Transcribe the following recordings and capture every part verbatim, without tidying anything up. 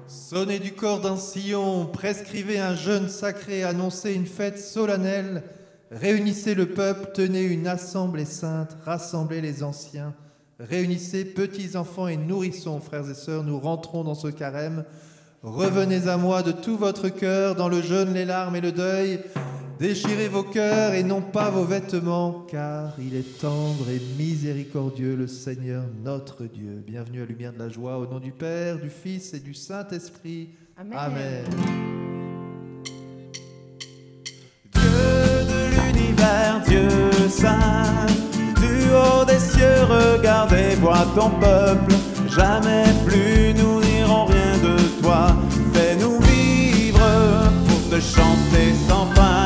Sonnez du corps d'un sillon, prescrivez un jeûne sacré, annoncez une fête solennelle, réunissez le peuple, tenez une assemblée sainte, rassemblez les anciens, réunissez petits enfants et nourrissons, frères et sœurs, nous rentrons dans ce carême. Revenez à moi de tout votre cœur, dans le jeûne, les larmes et le deuil. Déchirez vos cœurs et non pas vos vêtements, car il est tendre et miséricordieux, le Seigneur notre Dieu. Bienvenue à Lumière de la Joie, au nom du Père, du Fils et du Saint-Esprit. Amen. Amen. Dieu de l'univers, Dieu saint, du haut des cieux, regarde et vois ton peuple. Jamais plus nous n'irons rien de toi. Fais-nous vivre pour te chanter sans fin.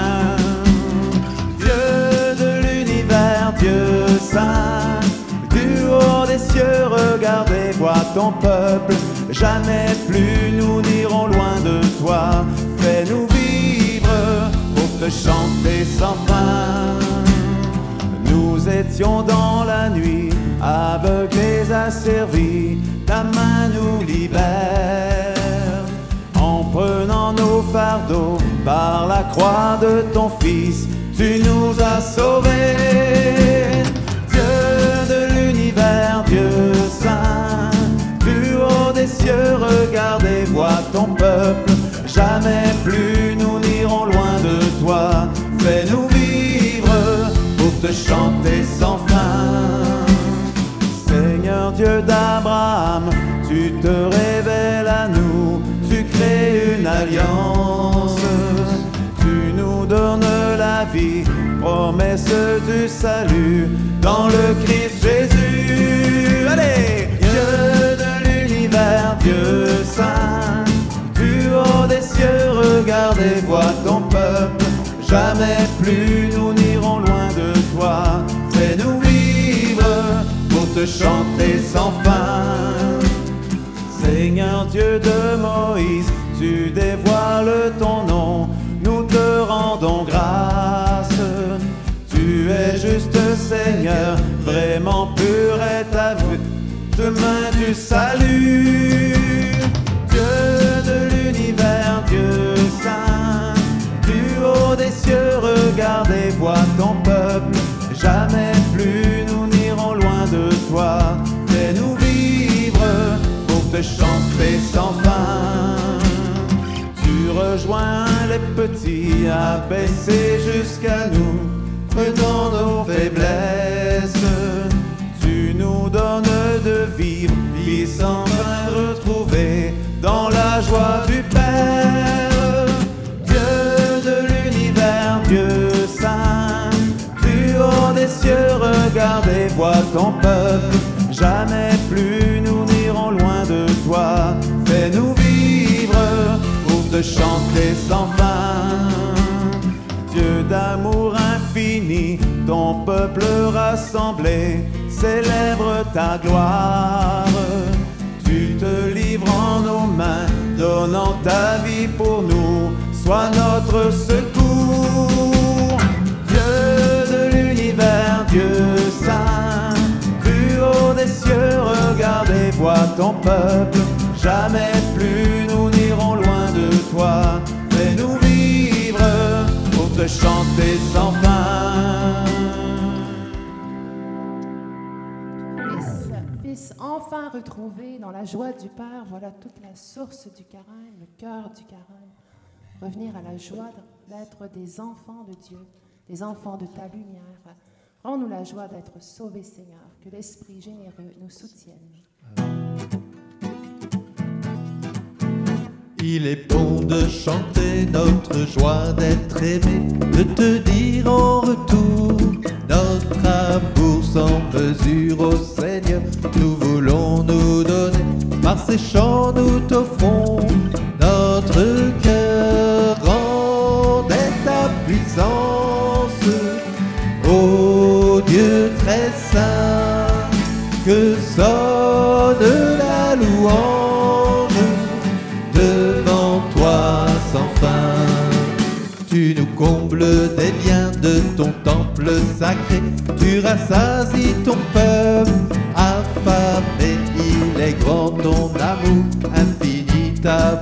Dieu de l'univers, Dieu saint, du haut des cieux, regarde et vois ton peuple. Jamais plus nous n'irons loin de toi. Fais-nous vivre pour te chanter sans fin. Nous étions dans la nuit, aveugles asservis, ta main nous libère. En prenant nos fardeaux par la croix de ton Fils, tu nous as sauvés. Dieu de l'univers, Dieu saint, du haut des cieux, regarde et vois ton peuple. Jamais plus nous n'irons loin de toi. Fais-nous vivre pour te chanter sans fin. Seigneur Dieu d'Abraham, tu te révèles à nous, tu crées une alliance, tu nous donnes la vie, promesse du salut dans le Christ Jésus. Allez! Dieu de l'univers, Dieu saint, du haut des cieux, regarde et vois ton peuple. Jamais plus nous n'irons loin de toi. Fais-nous vivre pour te chanter sans fin. Seigneur Dieu de Moïse, tu dévoiles ton nom, nous te rendons grâce. Tu es juste Seigneur, vraiment pur est ta vue, demain du salut. Dieu de l'univers, Dieu saint, du haut des cieux, regarde et vois ton peuple. Jamais plus nous n'irons loin de toi. Fais-nous vivre pour te chanter sans fin. Tu rejoins les petits, abaissés jusqu'à nous, dans nos faiblesses. Tu nous donnes de vivre, vie sans fin retrouvée, dans la joie du Père. Dieu de l'univers, Dieu saint, du haut des cieux, regarde et vois ton peuple. Jamais plus nous n'irons loin de toi. Fais-nous vivre pour te chanter sans fin. Dieu d'amour infini, ton peuple rassemblé célèbre ta gloire. Tu te livres en nos mains, donnant ta vie pour nous, sois notre secours. Dieu de l'univers, Dieu saint, du haut des cieux, regarde et vois ton peuple. Jamais plus nous n'irons loin de toi. Fais-nous vivre pour te chanter sans fin. Fils, fils enfin retrouvé dans la joie du Père, voilà toute la source du carême, le cœur du carême. Revenir à la joie d'être des enfants de Dieu, des enfants de ta lumière. Rends-nous la joie d'être sauvés, Seigneur, que l'Esprit généreux nous soutienne. Il est bon de chanter notre joie d'être aimé, de te dire en retour notre amour sans mesure au Seigneur. Nous voulons nous donner, par ces chants nous t'offrons notre cœur. Rendez ta puissance, ô Dieu très saint, que sonne la louange devant toi sans fin. Tu nous combles des biens de ton temple sacré, tu rassasies ton peuple affamé. Il est grand ton amour, infini ta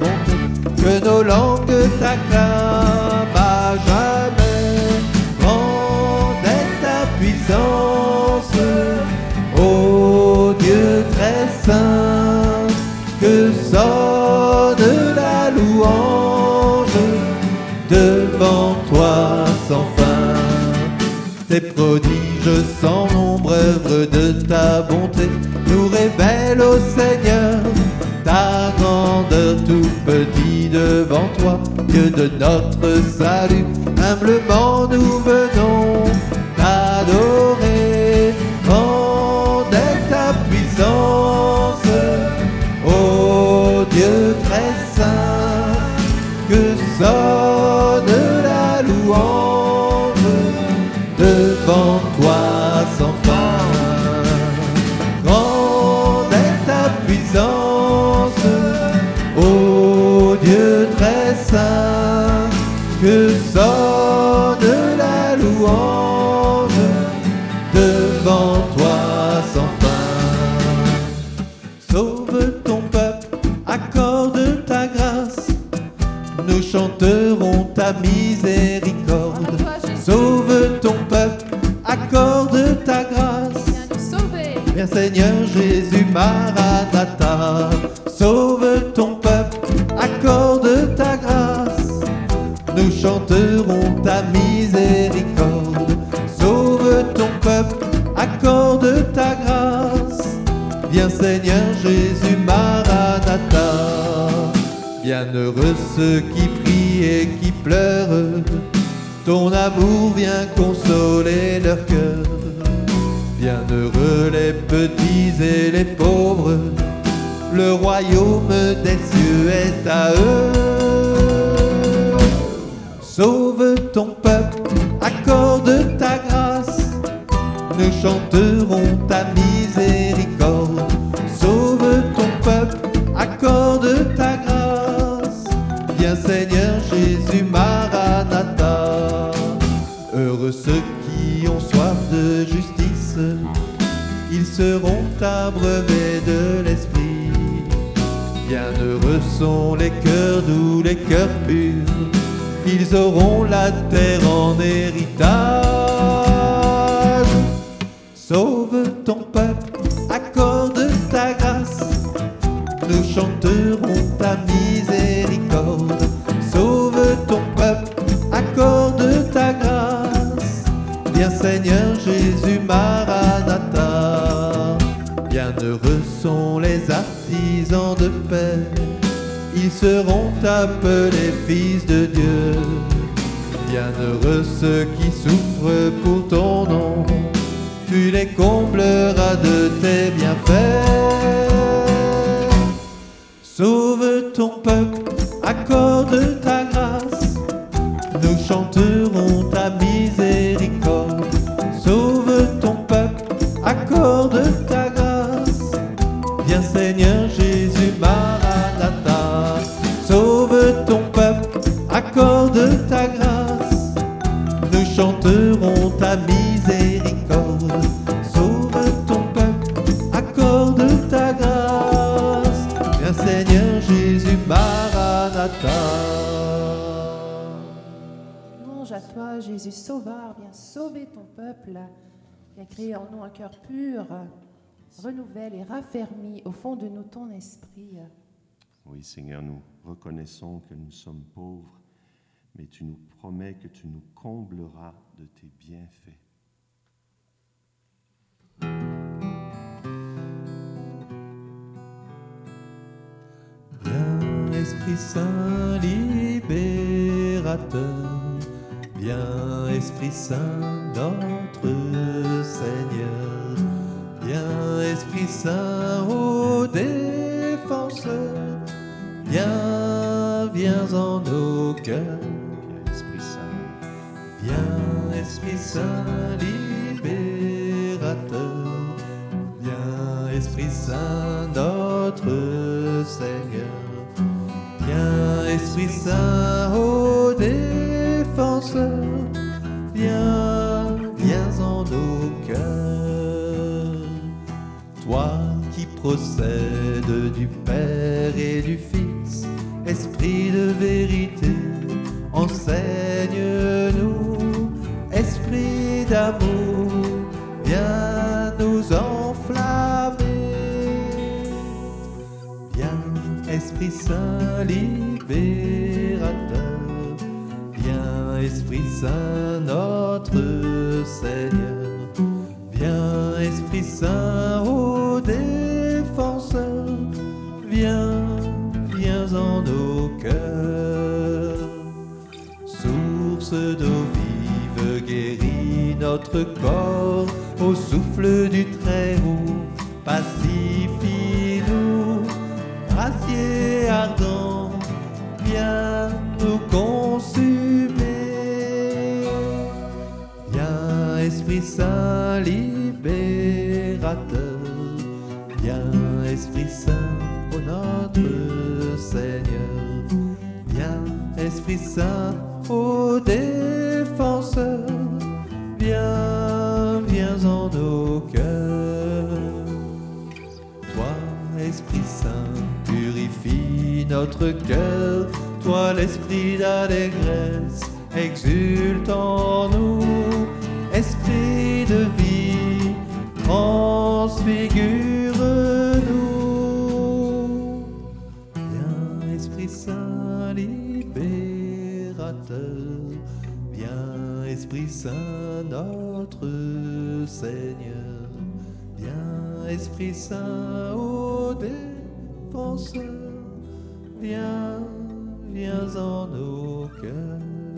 Tes prodiges sans nombre, œuvre de ta bonté, nous révèlent au Seigneur ta grandeur, tout petit devant toi, Dieu de notre salut. Humblement nous venons t'adorer. Grande est ta puissance, ô Dieu très saint, que sonne la louange devant toi sans fin. Grande est ta puissance, ô Dieu très saint, que sonne la louange devant toi sans fin. Sauve ton peuple, accorde ta grâce, nous chanterons ta miséricorde. Sauve ton peuple, accorde ta grâce, Viens nous sauver. viens Seigneur Jésus, Maranatha. Sauve ton peuple, accorde ta grâce, nous chanterons ta miséricorde. Sauve ton peuple, accorde ta grâce, viens Seigneur Jésus, Maranatha. Bienheureux ceux qui prient et qui pleurent, ton amour vient consoler leur cœur. Bienheureux les petits et les pauvres, le royaume des cieux est à eux. Sauve ton peuple, accorde ta grâce, nous chanterons ta miséricorde. Sauve ton peuple, accorde ta grâce, viens Seigneur Jésus, Maranatha. Heureux ceux qui ont soif de justice, ils seront abreuvés de l'Esprit. Bienheureux sont les cœurs doux, les cœurs purs, ils auront la terre en héritage. Sauve ton peuple, accorde ta grâce, nous chanterons ta miséricorde. Sauve ton peuple, accorde ta grâce, viens Seigneur Jésus, Maranatha. Bienheureux sont les artisans de paix, ils seront appelés fils de Dieu. Bienheureux ceux qui souffrent pour ton nom, tu les combleras de tes bienfaits. Sauve ton peuple, accorde ta grâce, nous chanterons ta miséricorde. Sauve ton peuple, accorde ta grâce, viens Seigneur Jésus, Maranatha. Sauve ton peuple, accorde ta grâce, nous chanterons ta miséricorde. Sauve ton peuple, accorde ta grâce, viens Seigneur Jésus, Maranatha. Louange à toi, Jésus Sauveur, viens sauver ton peuple, viens créer en nous un cœur pur, renouvelle et raffermis au fond de nous ton esprit. Oui, Seigneur, nous reconnaissons que nous sommes pauvres, mais tu nous promets que tu nous combleras de tes bienfaits. Viens Esprit Saint libérateur, viens Esprit Saint notre Seigneur, viens Esprit Saint ô défenseur, viens, viens en nos cœurs. Esprit Saint, Viens Esprit Saint libérateur, viens Esprit Saint notre Seigneur, viens Esprit Saint ô défenseur, viens, viens en nos cœurs. Toi qui procèdes du Père et du Fils, Esprit de vérité, enseigne-nous, Esprit d'amour, viens nous enflammer. Viens, Esprit Saint libérateur, viens, Esprit Saint notre Seigneur. Viens, Esprit Saint, ô défenseur, viens, viens en nos cœurs. Source d'eau vive, guéris notre corps au souffle du Très-Haut. Pacifie-nous, gracier ardent, viens nous consumer. Viens, Esprit Saint, libérateur, viens, Esprit Saint, ô notre Seigneur. Viens, Esprit Saint, ô défenseur, viens, viens en nos cœurs. Toi, Esprit Saint, purifie notre cœur. Toi, l'esprit d'allégresse, exulte en nous. Esprit de vie, transfigure-nous. Viens, Esprit Saint, libérateur. Viens, Esprit Saint, notre Seigneur. Viens, Esprit Saint, ô défenseur. Viens, viens en nos cœurs.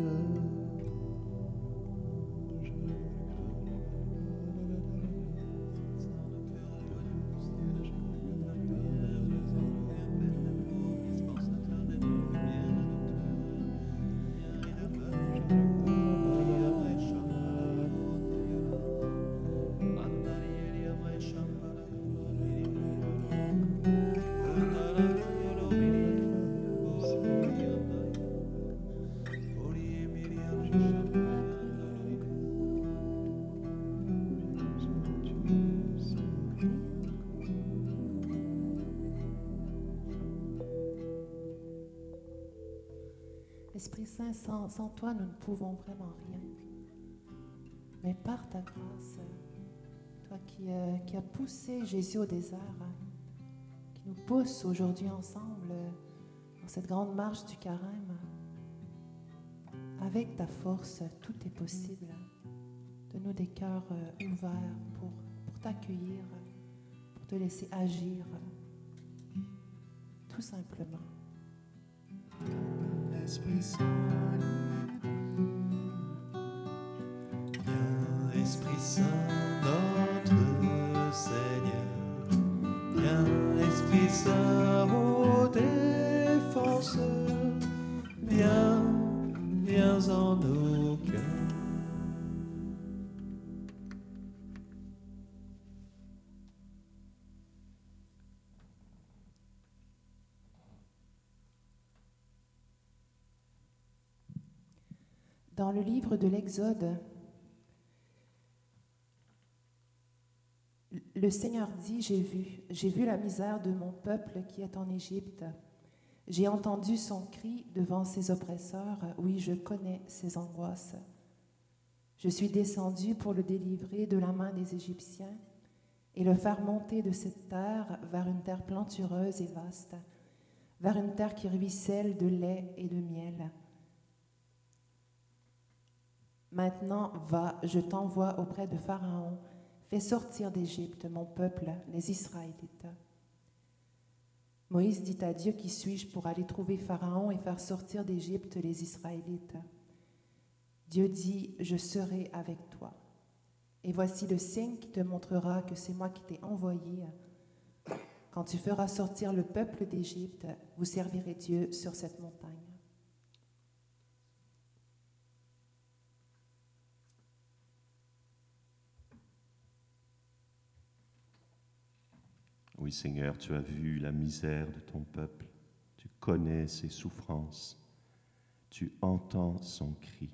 Esprit Saint, sans, sans toi, nous ne pouvons vraiment rien. Mais par ta grâce, toi qui, euh, qui as poussé Jésus au désert, hein, qui nous pousse aujourd'hui ensemble euh, dans cette grande marche du carême, avec ta force, tout est possible. Donne-nous des cœurs euh, ouverts pour, pour t'accueillir, pour te laisser agir, tout simplement. Esprit Saint, viens, Esprit Saint, notre Seigneur. Viens, Esprit Saint, ô défenseur. Viens, viens en nos cœurs. Dans le livre de l'Exode, le Seigneur dit, j'ai vu, j'ai vu la misère de mon peuple qui est en Égypte. J'ai entendu son cri devant ses oppresseurs. Oui, je connais ses angoisses. Je suis descendu pour le délivrer de la main des Égyptiens et le faire monter de cette terre vers une terre plantureuse et vaste, vers une terre qui ruisselle de lait et de miel. Maintenant, va, je t'envoie auprès de Pharaon. Fais sortir d'Égypte mon peuple, les Israélites. Moïse dit à Dieu, qui suis-je pour aller trouver Pharaon et faire sortir d'Égypte les Israélites? Dieu dit, je serai avec toi. Et voici le signe qui te montrera que c'est moi qui t'ai envoyé. Quand tu feras sortir le peuple d'Égypte, vous servirez Dieu sur cette montagne. Oui, Seigneur, tu as vu la misère de ton peuple, tu connais ses souffrances, tu entends son cri.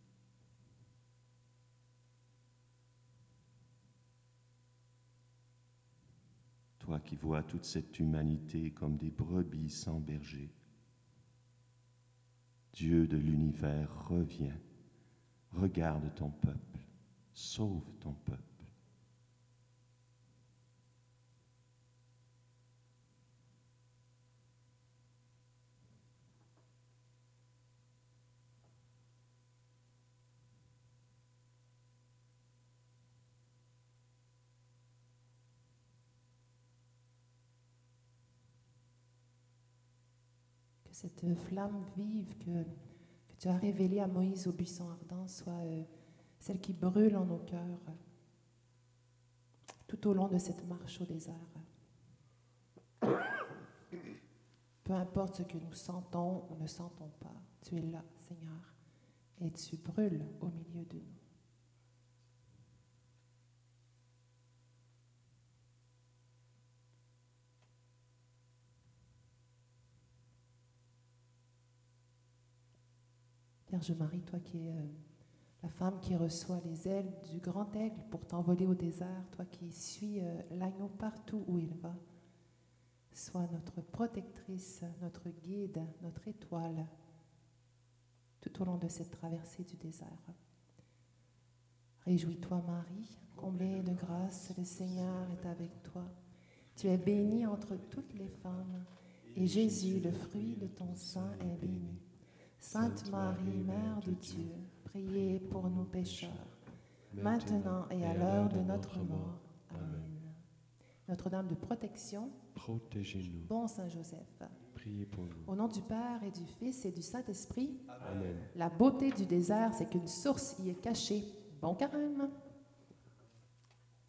Toi qui vois toute cette humanité comme des brebis sans berger, Dieu de l'univers, reviens, regarde ton peuple, sauve ton peuple. cette flamme vive que, que tu as révélée à Moïse au buisson ardent soit euh, celle qui brûle en nos cœurs euh, tout au long de cette marche au désert. Peu importe ce que nous sentons ou ne sentons pas, tu es là, Seigneur, et tu brûles au milieu de nous. Vierge Marie, toi qui es euh, la femme qui reçoit les ailes du grand aigle pour t'envoler au désert, toi qui suis euh, l'agneau partout où il va, sois notre protectrice, notre guide, notre étoile, tout au long de cette traversée du désert. Réjouis-toi Marie, comblée de grâce, le Seigneur est avec toi. Tu es bénie entre toutes les femmes, et Jésus, le fruit de ton sein, est béni. Sainte Marie, Mère de Dieu, priez pour nous pécheurs, maintenant et à l'heure de notre mort. Amen. Notre-Dame de protection, protégez-nous. Bon Saint Joseph, Priez pour nous. au nom du Père et du Fils et du Saint-Esprit, Amen. la beauté du désert, c'est qu'une source y est cachée. Bon carême!